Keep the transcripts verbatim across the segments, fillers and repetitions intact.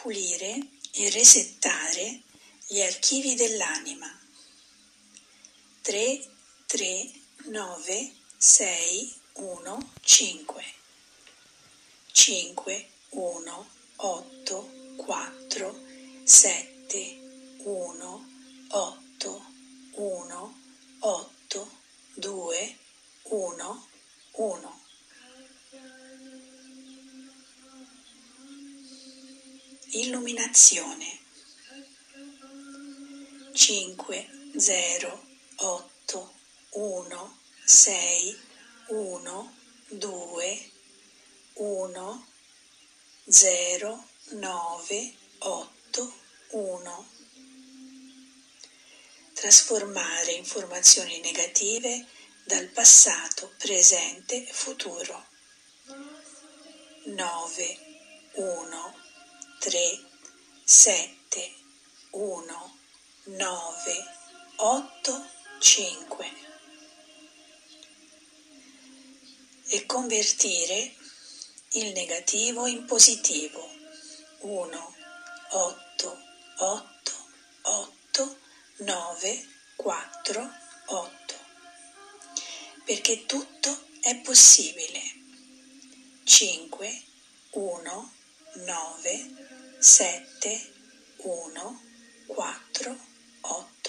pulire e resettare gli archivi dell'anima. tre tre nove sei uno cinque cinque uno otto quattro sette uno otto uno otto due uno uno. Illuminazione cinque zero otto uno sei uno due uno zero nove otto uno. Trasformare informazioni negative dal passato, presente e futuro. nove uno tre sette uno nove otto cinque e convertire il negativo in positivo. uno otto otto otto nove quattro otto, perché tutto è possibile. cinque uno nove sette uno quattro otto.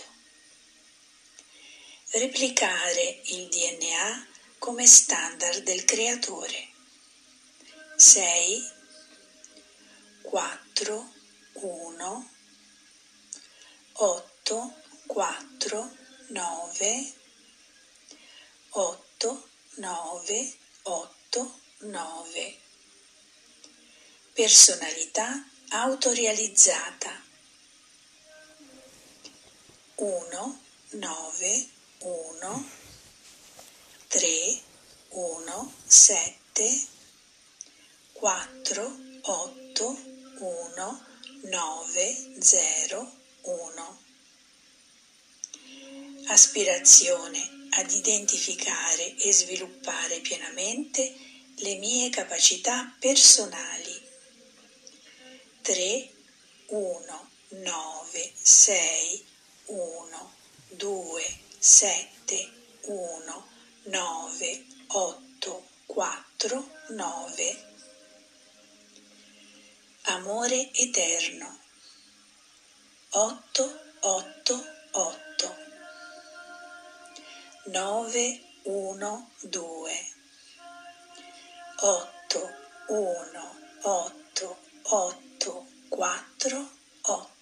Replicare il D N A come standard del creatore. sei quattro uno otto quattro nove otto nove otto nove. Personalità autorealizzata. uno nove uno tre uno sette quattro otto uno nove zero uno. Aspirazione ad identificare e sviluppare pienamente le mie capacità personali. tre uno nove sei uno due sette uno nove otto quattro nove. Amore eterno. otto otto otto nove uno due otto uno otto otto quattro otto.